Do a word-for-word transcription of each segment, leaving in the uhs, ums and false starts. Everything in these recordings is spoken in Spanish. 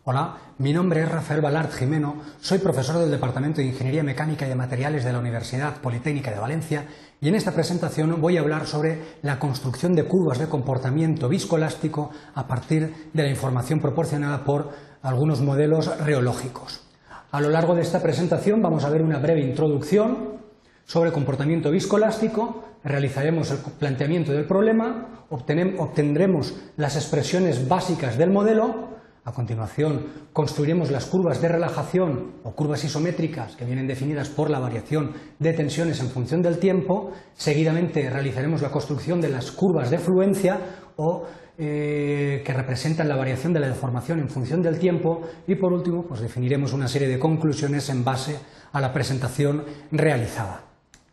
Hola, mi nombre es Rafael Balart Jimeno, soy profesor del Departamento de Ingeniería Mecánica y de Materiales de la Universidad Politécnica de Valencia y en esta presentación voy a hablar sobre la construcción de curvas de comportamiento viscoelástico a partir de la información proporcionada por algunos modelos reológicos. A lo largo de esta presentación vamos a ver una breve introducción sobre comportamiento viscoelástico, realizaremos el planteamiento del problema, obtendremos las expresiones básicas del modelo. A continuación, construiremos las curvas de relajación o curvas isométricas que vienen definidas por la variación de tensiones en función del tiempo. Seguidamente realizaremos la construcción de las curvas de fluencia o eh, que representan la variación de la deformación en función del tiempo. Y por último, pues definiremos una serie de conclusiones en base a la presentación realizada.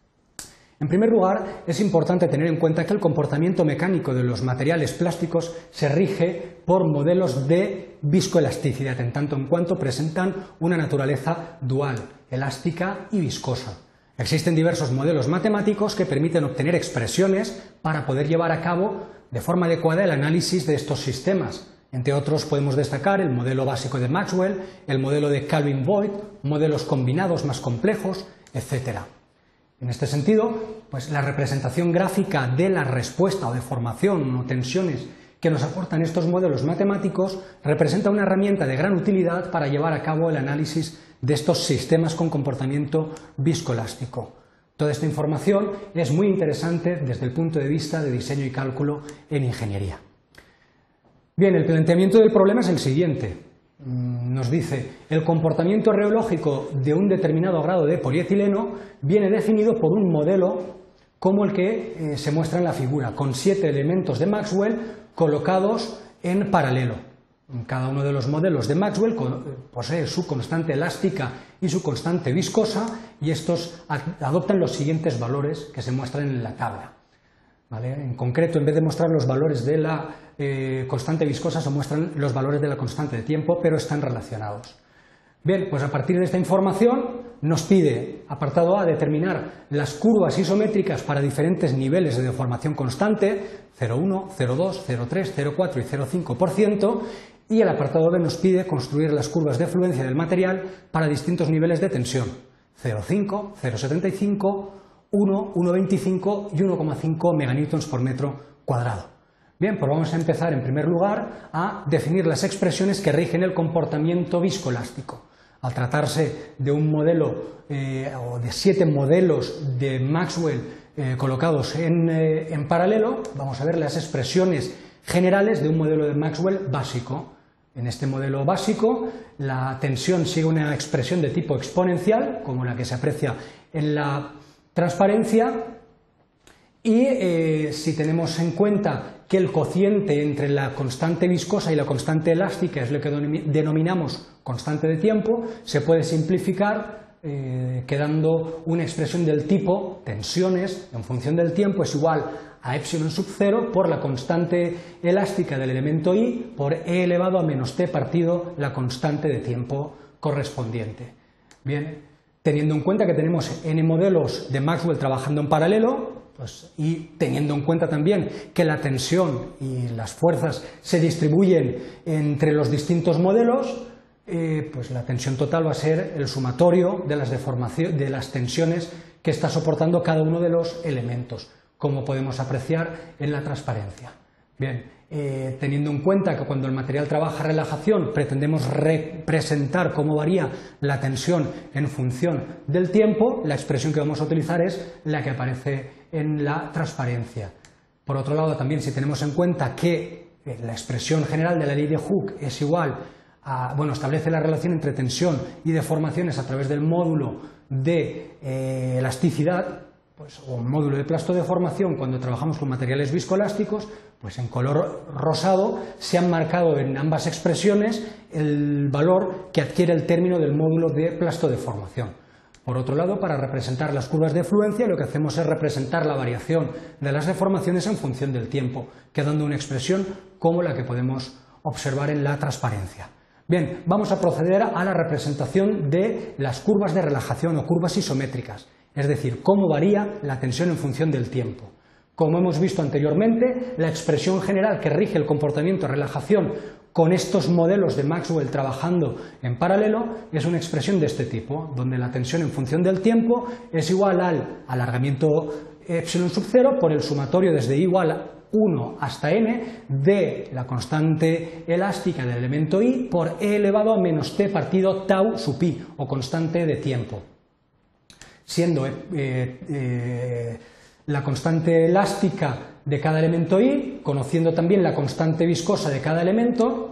En primer lugar, es importante tener en cuenta que el comportamiento mecánico de los materiales plásticos se rige por modelos de viscoelasticidad, en tanto en cuanto presentan una naturaleza dual, elástica y viscosa. Existen diversos modelos matemáticos que permiten obtener expresiones para poder llevar a cabo de forma adecuada el análisis de estos sistemas. Entre otros podemos destacar el modelo básico de Maxwell, el modelo de Kelvin-Voigt, modelos combinados más complejos, etcétera. En este sentido, pues la representación gráfica de la respuesta o deformación o tensiones que nos aportan estos modelos matemáticos representa una herramienta de gran utilidad para llevar a cabo el análisis de estos sistemas con comportamiento viscoelástico. Toda esta información es muy interesante desde el punto de vista de diseño y cálculo en ingeniería. Bien, el planteamiento del problema es el siguiente. Nos dice, el comportamiento reológico de un determinado grado de polietileno viene definido por un modelo como el que eh, se muestra en la figura, con siete elementos de Maxwell colocados en paralelo. Cada uno de los modelos de Maxwell posee su constante elástica y su constante viscosa y estos adoptan los siguientes valores que se muestran en la tabla. ¿Vale? En concreto, en vez de mostrar los valores de la eh, constante viscosa, se muestran los valores de la constante de tiempo, pero están relacionados. Bien, pues a partir de esta información nos pide, apartado A, determinar las curvas isométricas para diferentes niveles de deformación constante, cero coma uno, cero coma dos, cero coma tres, cero coma cuatro y cero coma cinco por ciento, y el apartado B nos pide construir las curvas de fluencia del material para distintos niveles de tensión, cero coma cinco, cero coma setenta y cinco, uno, uno coma veinticinco y uno coma cinco meganewtons por metro cuadrado. Bien, pues vamos a empezar en primer lugar a definir las expresiones que rigen el comportamiento viscoelástico. Al tratarse de un modelo eh, o de siete modelos de Maxwell eh, colocados en, eh, en paralelo, vamos a ver las expresiones generales de un modelo de Maxwell básico. En este modelo básico, la tensión sigue una expresión de tipo exponencial, como la que se aprecia en la transparencia, y eh, si tenemos en cuenta que el cociente entre la constante viscosa y la constante elástica es lo que denominamos constante de tiempo, se puede simplificar eh, quedando una expresión del tipo tensiones en función del tiempo es igual a epsilon sub cero por la constante elástica del elemento I por E elevado a menos T partido la constante de tiempo correspondiente. Bien, teniendo en cuenta que tenemos n modelos de Maxwell trabajando en paralelo, pues, y teniendo en cuenta también que la tensión y las fuerzas se distribuyen entre los distintos modelos, eh, pues la tensión total va a ser el sumatorio de las, deformaciones, de las tensiones que está soportando cada uno de los elementos, como podemos apreciar en la transparencia. Bien, eh, teniendo en cuenta que cuando el material trabaja relajación pretendemos representar cómo varía la tensión en función del tiempo, la expresión que vamos a utilizar es la que aparece en la transparencia. Por otro lado, también si tenemos en cuenta que eh, la expresión general de la ley de Hooke es igual a, bueno, establece la relación entre tensión y deformaciones a través del módulo de eh, elasticidad, pues, o módulo de plastodeformación cuando trabajamos con materiales viscoelásticos, pues en color rosado se han marcado en ambas expresiones el valor que adquiere el término del módulo de plastodeformación. Por otro lado, para representar las curvas de fluencia, lo que hacemos es representar la variación de las deformaciones en función del tiempo, quedando una expresión como la que podemos observar en la transparencia. Bien, vamos a proceder a la representación de las curvas de relajación o curvas isométricas, es decir, cómo varía la tensión en función del tiempo. Como hemos visto anteriormente, la expresión general que rige el comportamiento de relajación con estos modelos de Maxwell trabajando en paralelo es una expresión de este tipo, donde la tensión en función del tiempo es igual al alargamiento epsilon sub cero por el sumatorio desde igual a uno hasta n de la constante elástica del elemento I por e elevado a menos t partido tau sub i, o constante de tiempo, siendo eh, eh, la constante elástica de cada elemento I, conociendo también la constante viscosa de cada elemento,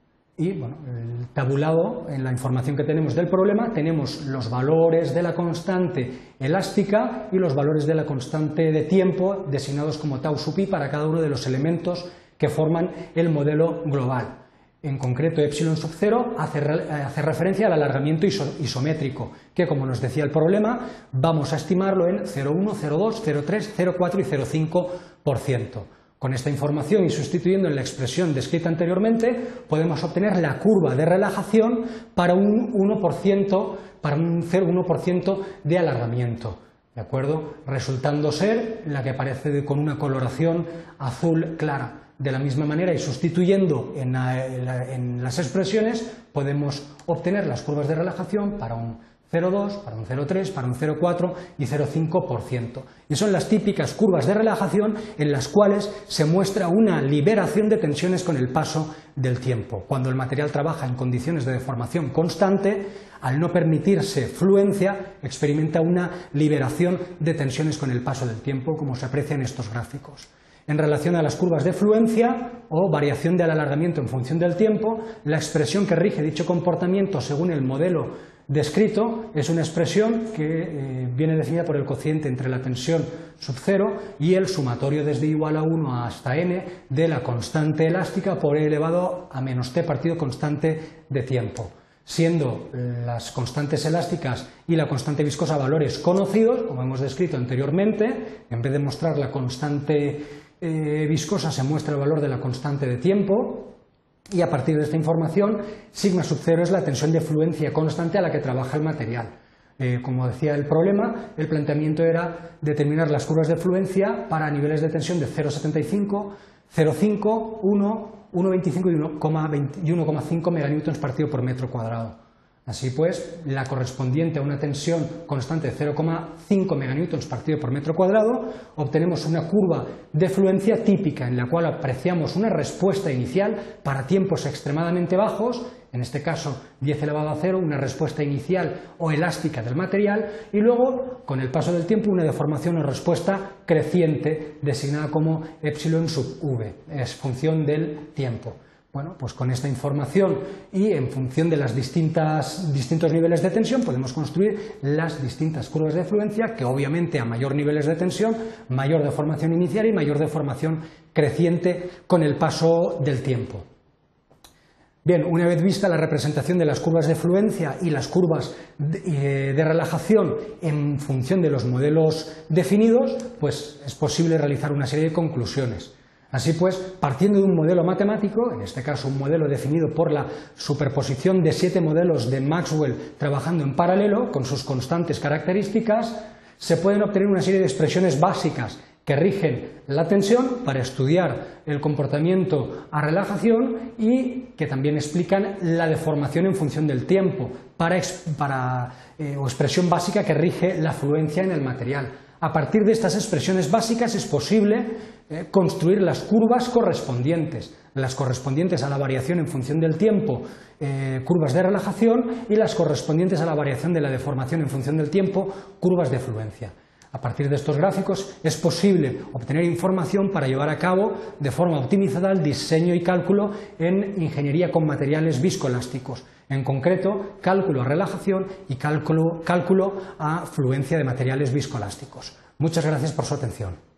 y bueno, el tabulado, en la información que tenemos del problema, tenemos los valores de la constante elástica y los valores de la constante de tiempo designados como tau sub i para cada uno de los elementos que forman el modelo global. En concreto, epsilon sub cero hace, hace referencia al alargamiento iso, isométrico, que, como nos decía el problema, vamos a estimarlo en cero coma uno, cero coma dos, cero coma tres, cero coma cuatro y cero coma cinco por ciento. Con esta información y sustituyendo en la expresión descrita anteriormente, podemos obtener la curva de relajación para un uno por ciento, para un cero coma uno por ciento de alargamiento, ¿de acuerdo? Resultando ser la que aparece con una coloración azul clara. De la misma manera, y sustituyendo en, la, en, la, en las expresiones, podemos obtener las curvas de relajación para un cero coma dos, para un cero coma tres, para un cero coma cuatro y cero coma cinco por ciento. Y son las típicas curvas de relajación en las cuales se muestra una liberación de tensiones con el paso del tiempo. Cuando el material trabaja en condiciones de deformación constante, al no permitirse fluencia, experimenta una liberación de tensiones con el paso del tiempo, como se aprecia en estos gráficos. En relación a las curvas de fluencia o variación del alargamiento en función del tiempo, la expresión que rige dicho comportamiento según el modelo descrito es una expresión que eh, viene definida por el cociente entre la tensión sub cero y el sumatorio desde igual a uno hasta n de la constante elástica por e elevado a menos t partido constante de tiempo, siendo las constantes elásticas y la constante viscosa valores conocidos, como hemos descrito anteriormente. En vez de mostrar la constante eh, viscosa se muestra el valor de la constante de tiempo. Y a partir de esta información, sigma sub cero es la tensión de fluencia constante a la que trabaja el material. Eh, como decía el problema, el planteamiento era determinar las curvas de fluencia para niveles de tensión de cero coma setenta y cinco, cero coma cinco, uno, uno coma veinticinco y uno coma cinco meganewtons partido por metro cuadrado. Así pues, la correspondiente a una tensión constante de cero coma cinco meganewtons partido por metro cuadrado, obtenemos una curva de fluencia típica en la cual apreciamos una respuesta inicial para tiempos extremadamente bajos, en este caso diez elevado a cero, una respuesta inicial o elástica del material, y luego, con el paso del tiempo, una deformación o respuesta creciente designada como epsilon sub v, es función del tiempo. Bueno, pues con esta información y en función de los distintos niveles de tensión podemos construir las distintas curvas de fluencia que obviamente a mayor niveles de tensión, mayor deformación inicial y mayor deformación creciente con el paso del tiempo. Bien, una vez vista la representación de las curvas de fluencia y las curvas de, eh, de relajación en función de los modelos definidos, pues es posible realizar una serie de conclusiones. Así pues, partiendo de un modelo matemático, en este caso un modelo definido por la superposición de siete modelos de Maxwell trabajando en paralelo, con sus constantes características, se pueden obtener una serie de expresiones básicas que rigen la tensión para estudiar el comportamiento a relajación y que también explican la deformación en función del tiempo, para, para, eh, o expresión básica que rige la fluencia en el material. A partir de estas expresiones básicas es posible eh, construir las curvas correspondientes, las correspondientes a la variación en función del tiempo, eh, curvas de relajación, y las correspondientes a la variación de la deformación en función del tiempo, curvas de fluencia. A partir de estos gráficos es posible obtener información para llevar a cabo de forma optimizada el diseño y cálculo en ingeniería con materiales viscoelásticos, en concreto cálculo a relajación y cálculo, cálculo a fluencia de materiales viscoelásticos. Muchas gracias por su atención.